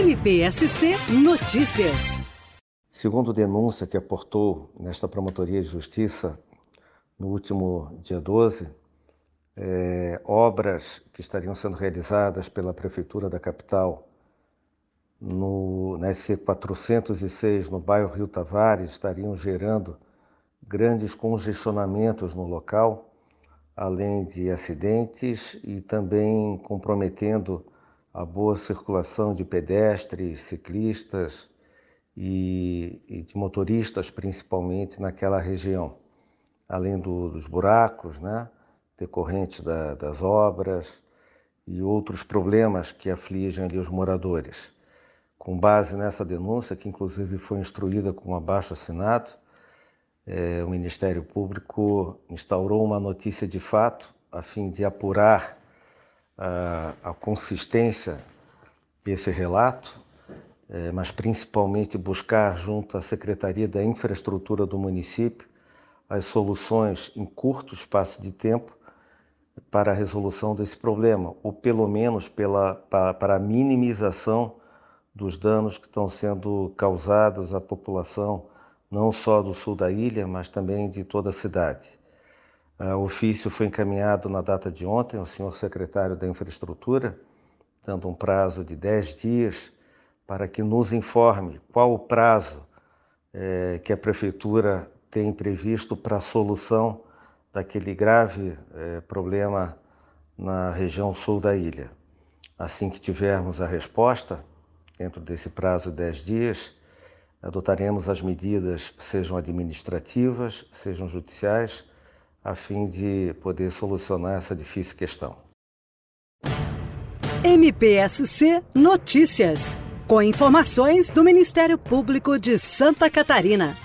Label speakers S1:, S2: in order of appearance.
S1: MPSC Notícias.
S2: Segundo denúncia que aportou nesta Promotoria de Justiça no último dia 12, obras que estariam sendo realizadas pela Prefeitura da capital na SC 406, no bairro Rio Tavares, estariam gerando grandes congestionamentos no local, além de acidentes e também comprometendo a boa circulação de pedestres, ciclistas e de motoristas, principalmente naquela região, além dos buracos, decorrentes das obras e outros problemas que afligem ali os moradores. Com base nessa denúncia, que inclusive foi instruída com um abaixo-assinado, o Ministério Público instaurou uma notícia de fato a fim de apurar a consistência desse relato, mas principalmente buscar junto à Secretaria da Infraestrutura do município as soluções em curto espaço de tempo para a resolução desse problema, ou pelo menos para a minimização dos danos que estão sendo causados à população, não só do sul da ilha, mas também de toda a cidade. O ofício foi encaminhado na data de ontem ao senhor secretário da Infraestrutura, dando um prazo de 10 dias para que nos informe qual o prazo que a Prefeitura tem previsto para a solução daquele grave problema na região sul da ilha. Assim que tivermos a resposta, dentro desse prazo de 10 dias, adotaremos as medidas, sejam administrativas, sejam judiciais, a fim de poder solucionar essa difícil questão.
S1: MPSC Notícias, com informações do Ministério Público de Santa Catarina.